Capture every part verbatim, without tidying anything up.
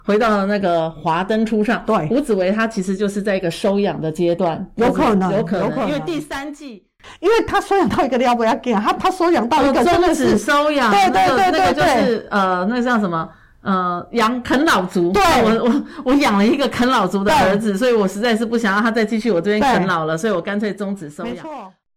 回到那个华灯初上， 对， 吴子维他其实就是在一个收养的阶段， 有可能， 有可能， 有可能因为第三季， 因为他收养到一个了不要紧，他他收养到一个真的是终止收养， 对对对对对， 那个就是呃，那个叫什么？呃，养啃老族， 对， 我我我养了一个啃老族的儿子，所以我实在是不想让他再继续我这边啃老了，所以我干脆终止收养。没错。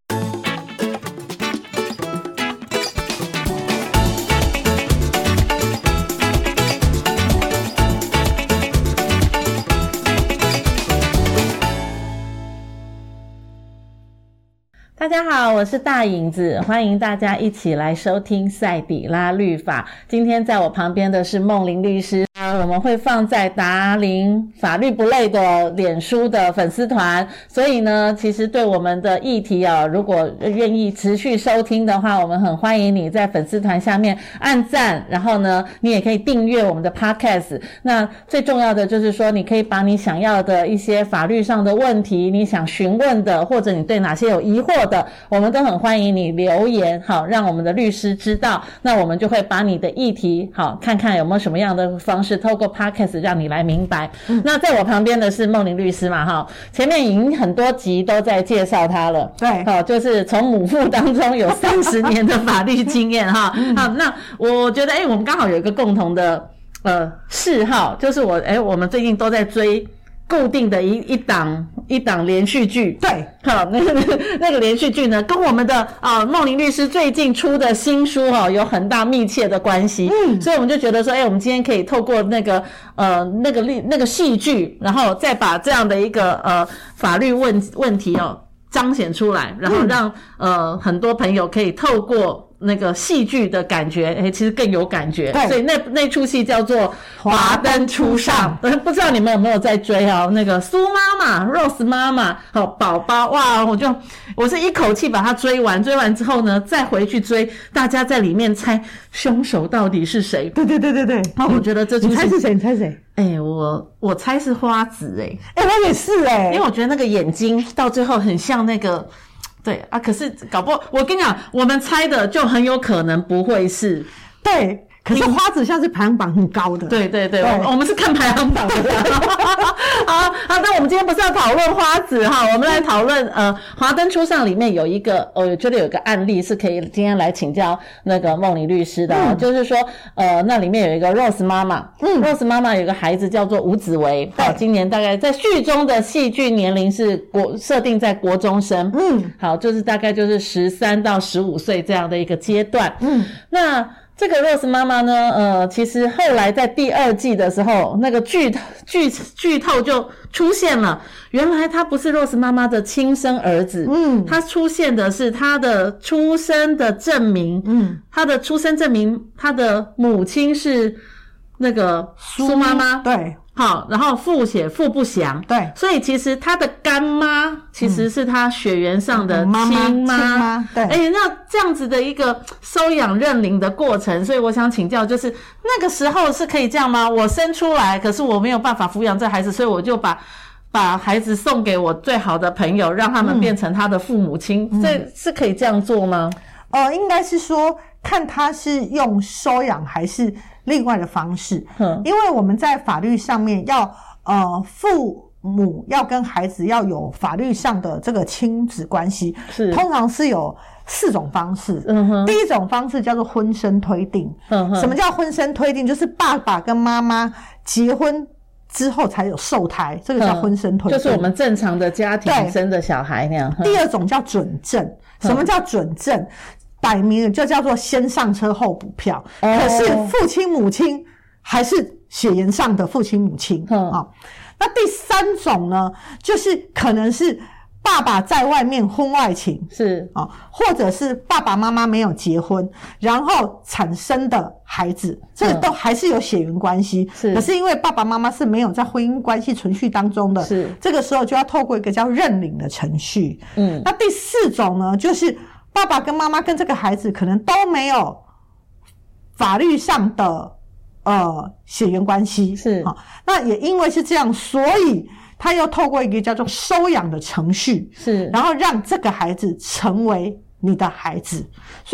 大家好，我是大影子，欢迎大家一起来收听赛底拉律法。今天在我旁边的是梦玲律师，我们会放在达伶法律不累的脸书的粉丝团，所以呢，其实对我们的议题啊，如果愿意持续收听的话，我们很欢迎你在粉丝团下面按赞，然后呢，你也可以订阅我们的 podcast。那最重要的就是说，你可以把你想要的一些法律上的问题，你想询问的，或者你对哪些有疑惑的，我们都很欢迎你留言，好，让我们的律师知道，那我们就会把你的议题，好，看看有没有什么样的方式透过 podcast 让你来明白。嗯、那在我旁边的是梦玲律师嘛，哈，前面已经很多集都在介绍他了， 对， 好，就是从母父当中有三十年的法律经验，哈，好，那我觉得，哎、欸，我们刚好有一个共同的呃嗜好，就是我，哎、欸，我们最近都在追固定的一一档一档连续剧， 对， 好，那个那个连续剧呢，跟我们的啊梦玲律师最近出的新书哈、哦、有很大密切的关系，嗯，所以我们就觉得说，哎，我们今天可以透过那个呃那个那个戏剧，然后再把这样的一个呃法律问问题哦彰显出来，然后让、嗯、呃很多朋友可以透过那个戏剧的感觉，诶，其实更有感觉。对，所以那那出戏叫做《华灯初上》，不知道你们有没有在追啊？那个苏妈妈、Rose 妈妈、好宝宝，哇！我就我是一口气把它追完，追完之后呢，再回去追，大家在里面猜凶手到底是谁？ 对对对对对。 那我觉得这出戏， 你猜是谁？你猜谁？ 哎，我我猜是花子，哎， 哎，我也是哎， 因为我觉得那个眼睛到最后很像那个。对啊，可是搞不好，我跟你讲，我们猜的就很有可能不会是。 对，可是花子像是排行榜很高的。 对对对，对我, 我们是看排行榜的。好，好，那我们今天不是要讨论花子哈，我们来讨论呃，华灯初上里面有一个，我觉得有一个案例是可以今天来请教那个梦玲律师的、哦嗯，就是说呃，那里面有一个 Rose 妈妈，嗯 ，Rose 妈妈有一个孩子叫做吴子维，好，今年大概在剧中的戏剧年龄是国设定在国中生，嗯，好，就是大概就是十三到十五岁这样的一个阶段，嗯，那。这个 Rose 妈妈呢，呃，其实后来在第二季的时候，那个剧剧剧透就出现了，原来他不是 Rose 妈妈的亲生儿子，嗯，他出现的是他的出生的证明，嗯，他的出生证明，他的母亲是那个苏妈妈， 对。 好，然后父写父不详， 对， 所以其实他的干妈其实是他血缘上的亲妈， 亲妈，对， 哎，那这样子的一个收养认领的过程，所以我想请教，就是那个时候是可以这样吗？我生出来，可是我没有办法抚养这孩子，所以我就把把孩子送给我最好的朋友，让他们变成他的父母亲，嗯、这是可以这样做吗？ 呃，应该是说看他是用收养还是另外的方式，嗯，因为我们在法律上面要呃父母要跟孩子要有法律上的这个亲子关系，是通常是有四种方式。嗯哼，第一种方式叫做婚生推定。嗯哼，什么叫婚生推定？就是爸爸跟妈妈结婚之后才有受胎，这个叫婚生推定， 就是我们正常的家庭生的小孩那样。 第二种叫准证。什么叫准证？摆明了就叫做先上车后补票，哦、可是父亲母亲还是血缘上的父亲母亲、嗯哦、那第三种呢，就是可能是爸爸在外面婚外情， 是、 哦、或者是爸爸妈妈没有结婚，然后产生的孩子，这个都还是有血缘关系、嗯、可是因为爸爸妈妈是没有在婚姻关系存续当中的，是这个时候就要透过一个叫认领的程序。嗯，那第四种呢，就是爸爸跟妈妈跟这个孩子可能都没有法律上的呃血缘关系，是、哦、那也因为是这样，所以他又透过一个叫做收养的程序，是然后让这个孩子成为你的孩子。所以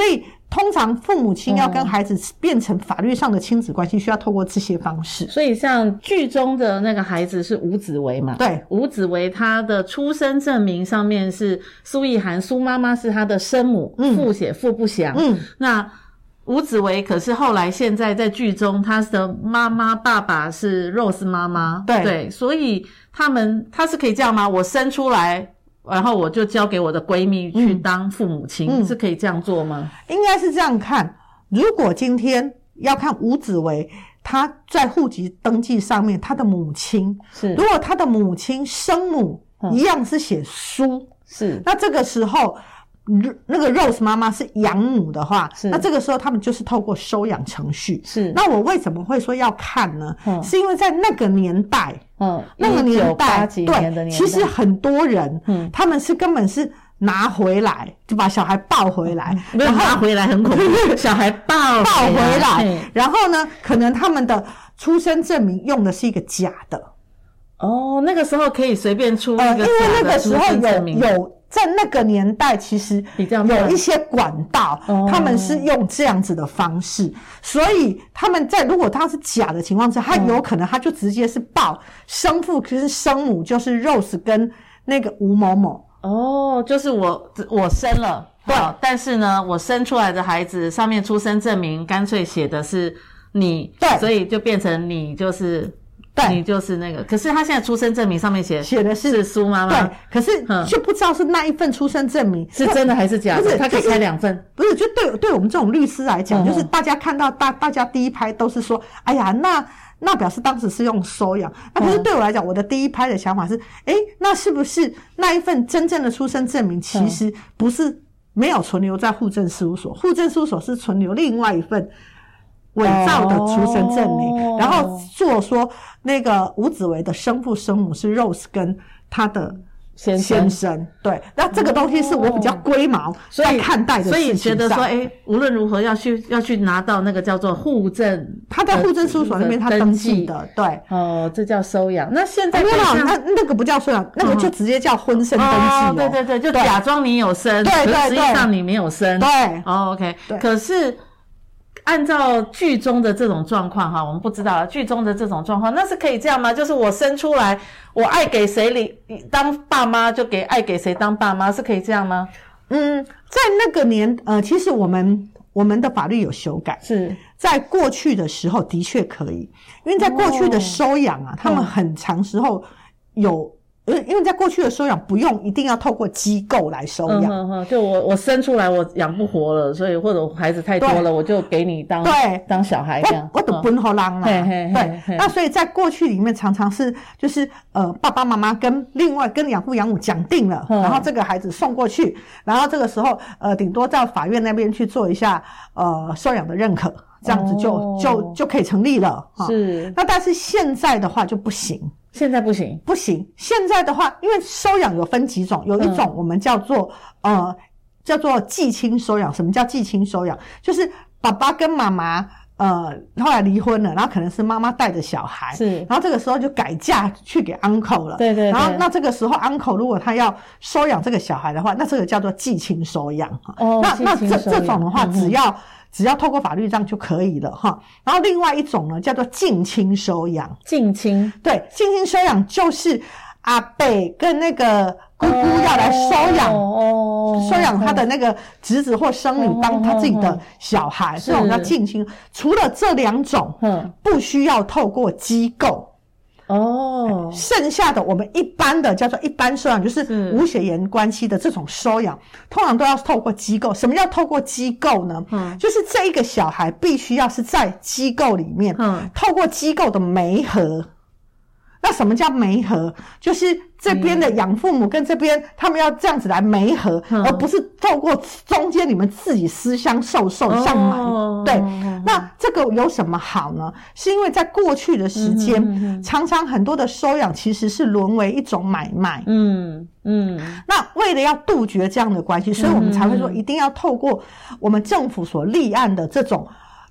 通常父母亲要跟孩子变成法律上的亲子关系，需要透过这些方式。 所以像剧中的那个孩子是吴子维嘛？ 对， 吴子维他的出生证明上面是苏懿涵，苏妈妈是他的生母，嗯、父写父不详。嗯，那吴子维可是后来现在在剧中，他的妈妈爸爸是 Rose 妈妈。对对，所以他们他是可以这样吗？我生出来。然后我就交给我的闺蜜去当父母亲，嗯、是可以这样做吗？ 应该是这样看。如果今天要看吴子维，他在户籍登记上面，他的母亲是，如果他的母亲生母一样是写苏，嗯、是，那这个时候那个 Rose 妈妈是养母的话，那这个时候他们就是透过收养程序。是，那我为什么会说要看呢？嗯、是因为在那个年代。嗯，那个年代，对，其实很多人，嗯，他们是根本是拿回来，就把小孩抱回来， 没有拿回来很恐怖，小孩抱抱回来，然后呢，可能他们的出生证明用的是一个假的。 哦，那个时候可以随便出一个假的出生证明， 呃、因为那个时候有有。在那个年代其实有一些管道，他们是用这样子的方式，所以他们在如果他是假的情况下，他有可能他就直接是报生父，可是生母就是 Rose 跟那个吴某某。 哦，就是我我生了，对，但是呢，我生出来的孩子上面出生证明干脆写的是你，对，所以就变成你就是。对，你就是那个，可是他现在出生证明上面写写的是是苏妈妈， 对，可是就不知道是那一份出生证明是真的还是假的，不是他可以开两份， 不是就对对我们这种律师来讲，嗯、就是大家看到大大家第一拍都是说，哎呀，那那表示当时是用收养，那可是对我来讲，我的第一拍的想法是，哎，那是不是那一份真正的出生证明其实不是没有存留在户政事务所，户政事务所是存留另外一份。伪造的出生证明，哦、然后做说那个吴子维的生父生母是 Rose 跟他的先生，先生对，那这个东西是我比较龟毛在看待的事情上， 所以所以觉得说，哎，无论如何要去要去拿到那个叫做户政， 他在户政事务所那边他登记的，对， 哦，这叫收养。那现在没有，那那个不叫收养，那个就直接叫婚生登记、哦哦、对对对，就假装你有生， 对对对， 实际上你没有生， 对， 哦 ，OK， 可是。按照剧中的这种状况哈，我们不知道剧中的这种状况，那是可以这样吗？就是我生出来，我爱给谁当爸妈就给爱给谁当爸妈，是可以这样吗？ 嗯，在那个年呃，其实我们我们的法律有修改，是在过去的时候的确可以，因为在过去的收养啊，哦、他们很长时候有。因为在过去的收养不用一定要透过机构来收养， 嗯哼，就我我生出来我养不活了，所以或者孩子太多了，我就给你当对当小孩这样， 我我都分给人啦，对，那所以在过去里面常常是就是呃爸爸妈妈跟另外跟养父养母讲定了，嗯、然后这个孩子送过去，然后这个时候呃顶多到法院那边去做一下呃收养的认可，这样子就、哦、就就可以成立了，是。那但是现在的话就不行。 现在不行， 不行。现在的话，因为收养有分几种，有一种我们叫做、嗯、呃叫做继亲收养。什么叫继亲收养？就是爸爸跟妈妈呃后来离婚了，然后可能是妈妈带着小孩，是，然后这个时候就改嫁去给 uncle 了，对 对, 对。然后那这个时候 uncle 如果他要收养这个小孩的话，那这个叫做继亲收养。哦，那那这这种的话，只要、嗯只要透过法律这样就可以了哈。然后另外一种呢，叫做近亲收养。 近亲， 对，近亲收养就是阿伯跟那个姑姑要来收养，哦，收养他的那个侄子或孙女当他自己的小孩，这种叫近亲。除了这两种，嗯，不需要透过机构。哦，剩下的我们一般的叫做一般收养，就是无血缘关系的这种收养，通常都要透过机构。什么叫透过机构呢？嗯，就是这一个小孩必须要是在机构里面，嗯，透过机构的媒合。那什么叫媒合？就是这边的养父母跟这边他们要这样子来媒合，嗯、而不是透过中间你们自己私相授受像买。哦、对，那这个有什么好呢？是因为在过去的时间，嗯嗯嗯、常常很多的收养其实是沦为一种买卖。嗯嗯。那为了要杜绝这样的关系，所以我们才会说一定要透过我们政府所立案的这种。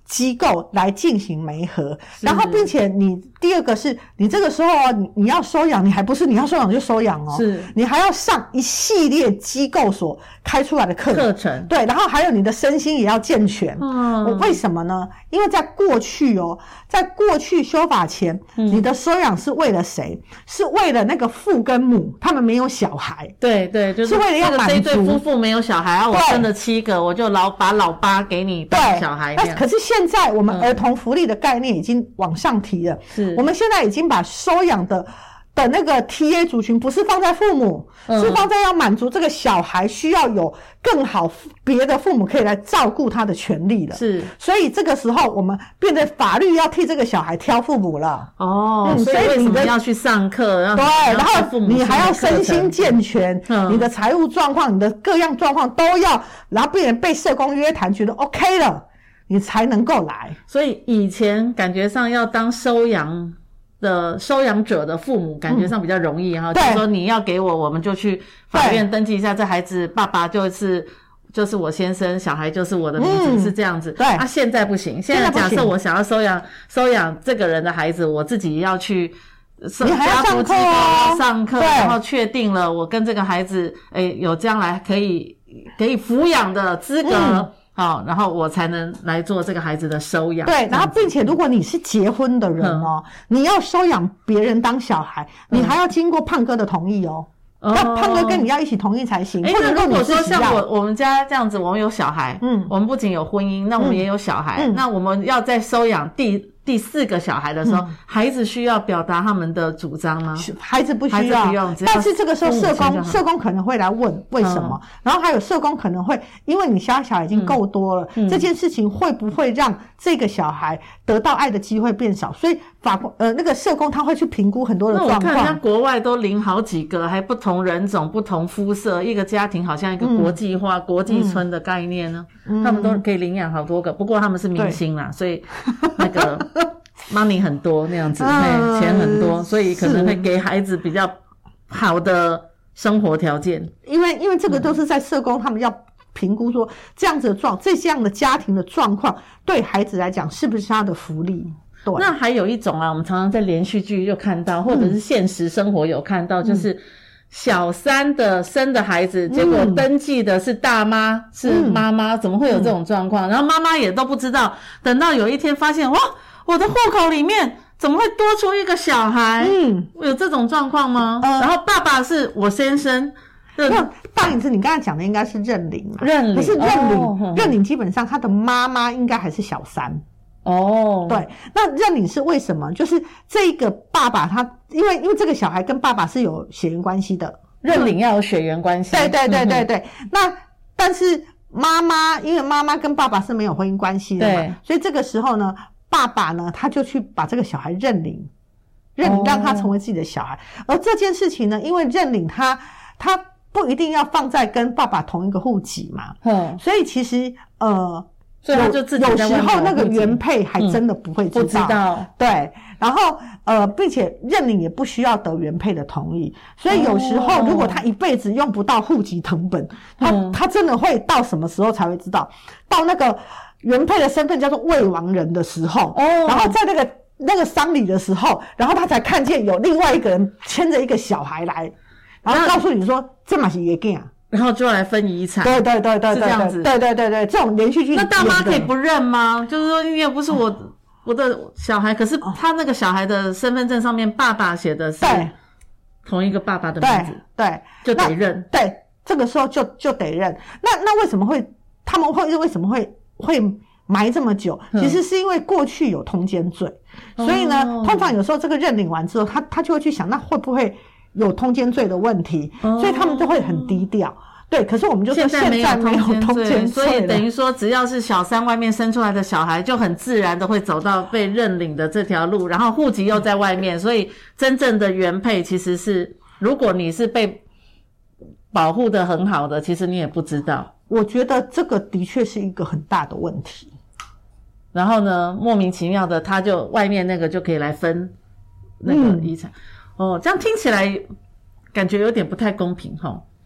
机构来进行媒合，然后并且你第二个是你这个时候哦，你你要收养，你还不是你要收养就收养哦， 是你还要上一系列机构所开出来的课课程， 对，然后还有你的身心也要健全。嗯，为什么呢？因为在过去哦，在过去修法前，嗯、你的收养是为了谁？是为了那个父跟母，他们没有小孩。 对对，就是为了要满足这对夫妇没有小孩，然后我生了七个，我就老把老八给你当小孩。 可是现在我们儿童福利的概念已经往上提了， 是、嗯、 我们现在已经把收养的的那个 T A 族群不是放在父母、嗯、是放在要满足这个小孩需要有更好别的父母可以来照顾他的权利了。 是， 所以这个时候我们变得法律要替这个小孩挑父母了。 哦、嗯、所以为什么要去上课？ 对，然后你还要身心健全、嗯、你的财务状况，你的各样状况都要，然后病人被社工约谈觉得 OK 了，你才能够来。 所以以前感觉上要当收养的收养者的父母感觉上比较容易哈、嗯，就是说你要给我，我们就去法院登记一下，这孩子爸爸就是就是我先生，小孩就是我的名字、嗯、是这样子。 对啊，现在不行，现在假设我想要收养收养这个人的孩子，我自己要去你还要上课哦，上课，然后确定了我跟这个孩子诶有将来可以可以抚养的资格。嗯好，然后我才能来做这个孩子的收养。 对，然后并且如果你是结婚的人哦，嗯、你要收养别人当小孩，你还要经过胖哥的同意哦。嗯、要胖哥跟你要一起同意才行。 哎、欸，那如果说像我我们家这样子，我们有小孩，嗯，我们不仅有婚姻，那我们也有小孩，嗯、那我们要在收养第第四个小孩的时候、嗯，孩子需要表达他们的主张吗？ 孩子不需要，不用。但是这个时候社工社工可能会来问为什么、嗯，然后还有社工可能会因为你家小孩已经够多了、嗯，这件事情会不会让这个小孩得到爱的机会变少？所以法官呃那个社工他会去评估很多的状况。 那我看像国外都领好几个，还不同人种、不同肤色，一个家庭好像一个国际化、嗯、国际村的概念呢、嗯，他们都可以领养好多个。不过他们是明星啦，所以那个。money 很多那样子、嗯、钱很多，所以可能会给孩子比较好的生活条件。 因为因为这个都是在社工他们要评估说这样子的状这样的家庭的状况对孩子来讲是不是他的福利。对， 那还有一种啊，我们常常在连续剧就看到，或者是现实生活有看到、嗯、就是小三的生的孩子、嗯、结果登记的是大妈、嗯、是妈妈，怎么会有这种状况、嗯、然后妈妈也都不知道，等到有一天发现哇我的户口里面怎么会多出一个小孩？嗯，有这种状况吗？呃、然后爸爸是我先生。 那大隐子，你刚才讲的应该是认领嘛？ 认领， 可是认领，哦、认领基本上他的妈妈应该还是小三。 哦， 对，那认领是为什么？就是这个爸爸他，因为因为这个小孩跟爸爸是有血缘关系的， 认领要有血缘关系。 对对对对对。嗯、那但是妈妈，因为妈妈跟爸爸是没有婚姻关系的嘛，对，所以这个时候呢。爸爸呢，他就去把这个小孩认领，认领让他成为自己的小孩。哦、而这件事情呢，因为认领他，他不一定要放在跟爸爸同一个户籍嘛，嗯，所以其实呃， 所以他就自己有时候那个原配还真的不会知道，嗯、不知道，对。然后呃，并且认领也不需要得原配的同意，所以有时候如果他一辈子用不到户籍誊本，他、嗯、他真的会到什么时候才会知道？到那个。原配的身份叫做未亡人的时候，哦，然后在那个那个丧礼的时候，然后他才看见有另外一个人牵着一个小孩来，然后告诉你说这嘛是爷囝， 然后就来分遗产。 对对对对对， 是这样子。 对对对对，这种连续剧。 那大妈可以不认吗？就是说，因为不是我、嗯、我的小孩，可是他那个小孩的身份证上面爸爸写的是同一个爸爸的名字， 对，对就得认。 对，这个时候就就得认。那那为什么会他们会为什么会？会埋这么久，其实是因为过去有通奸罪、嗯、所以呢、哦、通常有时候这个认领完之后他他就会去想那会不会有通奸罪的问题、哦、所以他们就会很低调。对，可是我们就说现在没有通奸罪， 所以等于说只要是小三外面生出来的小孩就很自然的会走到被认领的这条路，然后户籍又在外面，所以真正的原配其实是如果你是被保护的很好的，其实你也不知道。 我觉得这个的确是一个很大的问题。 然后呢，莫名其妙的，他就外面那个就可以来分那个遗产。嗯、哦，这样听起来感觉有点不太公平齁。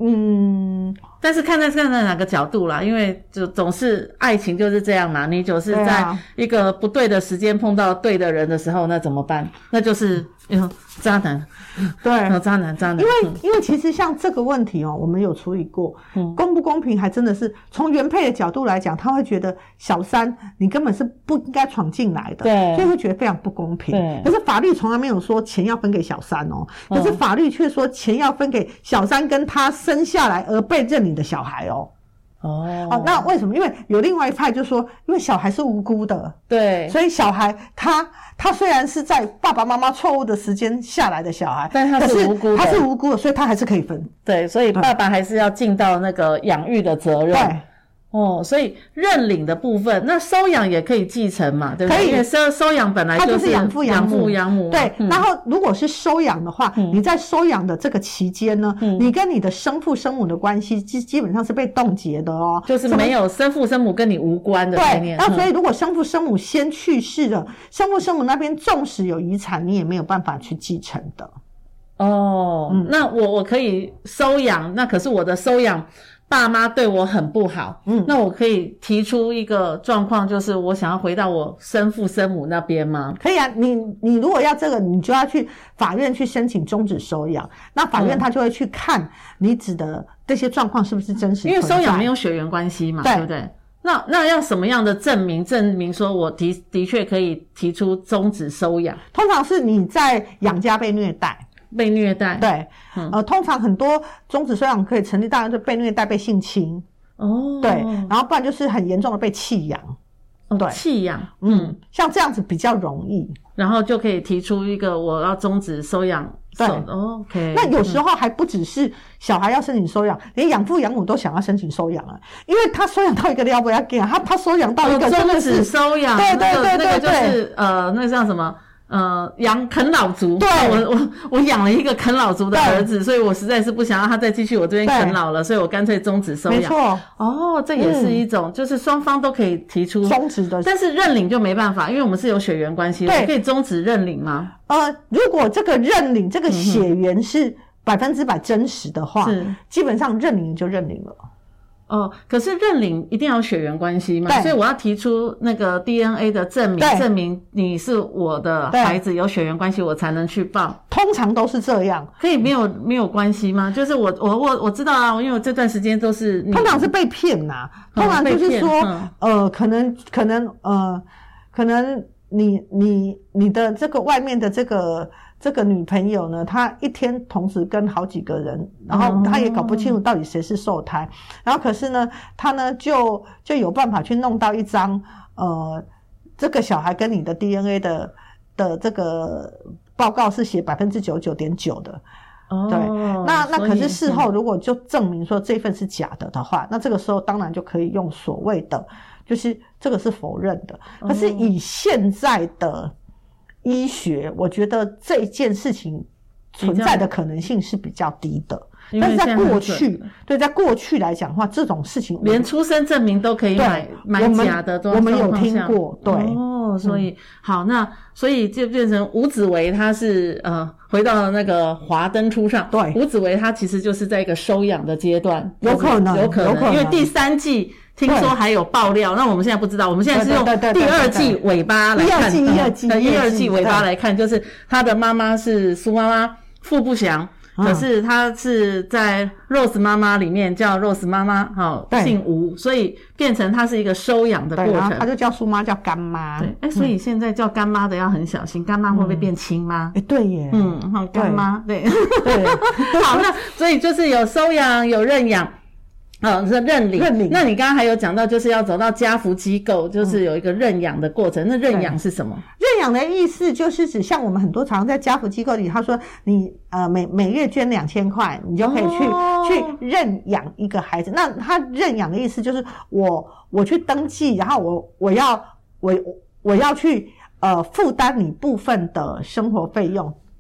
嗯， 但是看在看在哪个角度啦，因为就总是爱情就是这样嘛，你就是在一个不对的时间碰到对的人的时候，那怎么办？那就是嗯渣男。 对， 哦、渣男渣男。 因为、嗯、因为其实像这个问题哦，我们有处理过，嗯，公不公平还真的是从原配的角度来讲，他会觉得小三你根本是不应该闯进来的， 对， 所以会觉得非常不公平。对，可是法律从来没有说钱要分给小三哦，可是法律却说钱要分给小三跟他生下来而被认领的小孩哦。 哦， 哦，那为什么？因为有另外一派就说，因为小孩是无辜的， 对， 所以小孩他他虽然是在爸爸妈妈错误的时间下来的小孩， 但他是无辜的， 他是无辜的，所以他还是可以分。 对，所以爸爸还是要尽到那个养育的责任。 对。 哦，所以认领的部分，那收养也可以继承嘛，对不对？ 可以， 因为收收养本来就是养父养母，养母。 对、嗯，然后如果是收养的话、嗯，你在收养的这个期间呢、嗯，你跟你的生父生母的关系基基本上是被冻结的哦， 就是没有生父生母跟你无关的概念。 对，那所以如果生父生母先去世了，嗯、生父生母那边纵使有遗产，你也没有办法去继承的。 哦，嗯、那我我可以收养，那可是我的收养。爸妈对我很不好，嗯，那我可以提出一个状况，就是我想要回到我生父生母那边吗？ 可以啊，你你如果要这个，你就要去法院去申请终止收养，那法院他就会去看你指的这些状况是不是真实存在， 因为收养没有血缘关系嘛， 对, 对不对？那那要什么样的证明证明说我的的确可以提出终止收养？ 通常是你在养家被虐待。 被虐待， 对，嗯、呃，通常很多终止收养可以成立，当然就被虐待、被性侵，哦，对，然后不然就是很严重的被弃养， 哦、 对， 弃养， 嗯，像这样子比较容易， 然后就可以提出一个我要终止收养， 对、 哦、，OK。 那有时候还不只是小孩要申请收养，连养父养母都想要申请收养啊，因为他收养到一个了不要给他，他收养到一个真的是、 哦、终止收养， 对对对对对， 那个就是呃，那个叫什么？呃，养啃老族， 对， 我我我养了一个啃老族的儿子，所以我实在是不想让他再继续我这边啃老了，所以我干脆终止收养。 没错， 哦，这也是一种，嗯、就是双方都可以提出终止的， 但是认领就没办法，因为我们是有血缘关系的，我可以终止认领吗？ 呃，如果这个认领这个血缘是百分之百真实的话，嗯、基本上认领就认领了。 哦，可是认领一定要有血缘关系嘛，所以我要提出那个 D N A 的证明，证明你是我的孩子，有血缘关系，我才能去报。 通常都是这样， 可以没有没有关系吗？就是我我我我知道啊，因为我这段时间都是通常是被骗呐、啊，通常就是说、嗯、呃，可能可能呃，可能你你你的这个外面的这个。这个女朋友呢，她一天同时跟好几个人，然后她也搞不清楚到底谁是受胎，然后可是呢，她呢就就有办法去弄到一张呃，这个小孩跟你的 D N A 的的这个报告是写百分之九十九点九的。哦，对，那那可是事后如果就证明说这份是假的的话，那这个时候当然就可以用所谓的，就是这个是否认的。可是以现在的医学，我觉得这件事情存在的可能性是比较低的，但是在过去，对，在过去来讲的话，这种事情连出生证明都可以买买假的， 我们有听过，对， 哦，所以、嗯、好，那所以就变成吴子维他是呃回到了那个华灯初上， 对， 吴子维他其实就是在一个收养的阶段， 有可能， 有可能， 有可能因为第三季。听说还有爆料，那我们现在不知道，我们现在是用第二季尾巴来看， 一二季一二季尾巴来看，就是他的妈妈是苏妈妈傅不祥，可是他是在 Rose 妈妈里面叫 Rose 妈妈，好、哦、姓吴，所以变成他是一个收养的过程， 他就叫苏妈叫干妈， 对，哎，所以现在叫干妈的要很小心，干妈会不会变亲妈？ 哎、嗯，对耶， 嗯，好，干妈，对，对，好，那所以就是有收养，有认养。哦，是认领。 认领。 那你刚刚还有讲到，就是要走到家福机构，就是有一个认养的过程。嗯、那认养是什么？ 认养的意思就是指像我们很多常在家福机构里，他说你呃每每月捐两千块，你就可以去、哦、去认养一个孩子。那他认养的意思就是我我去登记，然后我我要我我要去呃负担你部分的生活费用。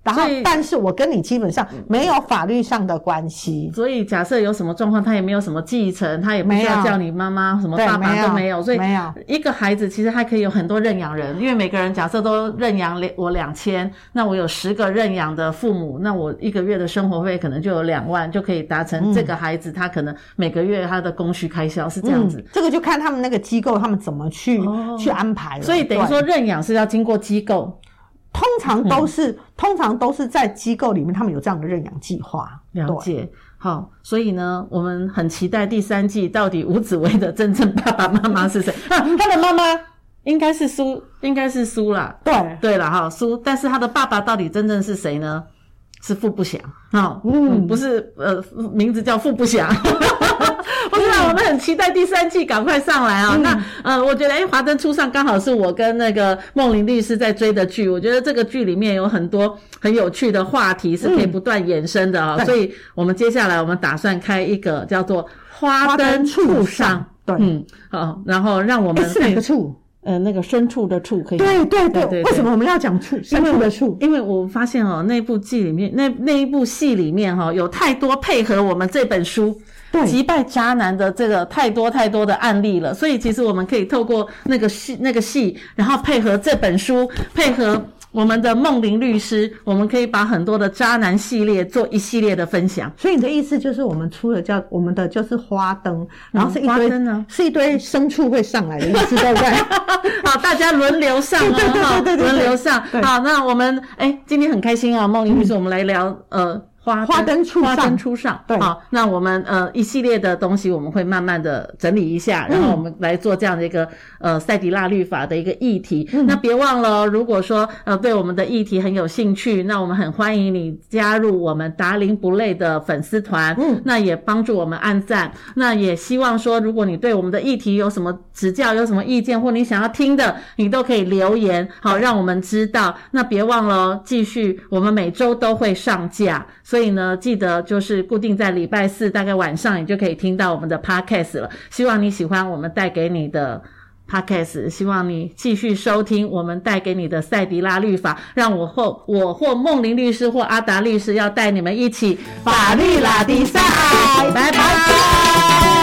然后但是我跟你基本上没有法律上的关系， 所以假设有什么状况，他也没有什么继承，他也不需要叫你妈妈什么爸爸都没有，所以一个孩子其实还可以有很多认养人，因为每个人假设都认养我两千，那我有十个认养的父母，那我一个月的生活费可能就有两万，就可以达成这个孩子他可能每个月他的供需开销是这样子、嗯、 这个就看他们那个机构他们怎么去、哦、去安排了。 所以等于说认养是要经过机构， 通常都是、嗯、通常都是在机构里面他们有这样的认养计划。 了解。好，所以呢我们很期待第三季到底吴紫薇的真正爸爸妈妈是谁、啊、他的妈妈应该是苏，应该是苏啦， 对对啦齁苏，但是他的爸爸到底真正是谁呢？是傅不祥齁、嗯、不是呃名字叫傅不祥不知道，我们很期待第三季赶快上来啊、哦嗯、那呃我觉得诶华灯初上刚好是我跟那个梦玲律师在追的剧，我觉得这个剧里面有很多很有趣的话题是可以不断延伸的啊、哦嗯、所以我们接下来我们打算开一个叫做花灯初上， 对， 嗯好，然后让我们是哪个处？ 呃，那个牲畜的畜可以。 对对 对, 对, 对，为什么我们要讲畜？牲畜的畜， 因为我发现哦，那部剧里面，那那一部戏里面哈、哦，有太多配合我们这本书击败渣男的这个太多太多的案例了，所以其实我们可以透过那个戏那个戏，然后配合这本书，配合我们的梦玲律师，我们可以把很多的渣男系列做一系列的分享。 所以你的意思就是我们出了叫我们的就是花灯，然后是一堆、 嗯呢、 是一堆牲畜会上来的意思，对不对？ 好，大家轮流上哦， 对对对对对， 轮流上。好，那我们哎，今天很开心啊，梦玲律师，我们来聊、嗯、呃。花花灯初上， 花灯初上，对，好，那我们呃一系列的东西我们会慢慢的整理一下，然后我们来做这样的一个呃赛迪拉律法的一个议题。嗯、那别忘了，如果说呃对我们的议题很有兴趣，那我们很欢迎你加入我们达伶不累的粉丝团，嗯，那也帮助我们按赞。那也希望说，如果你对我们的议题有什么指教，有什么意见，或你想要听的，你都可以留言，好，让我们知道。那别忘了哦，继续，我们每周都会上架。所以呢，记得就是固定在礼拜四大概晚上，你就可以听到我们的 podcast 了。希望你喜欢我们带给你的 podcast， 希望你继续收听我们带给你的赛迪拉律法，让我或我或梦玲律师或阿达律师要带你们一起法律拉迪赛，拜拜。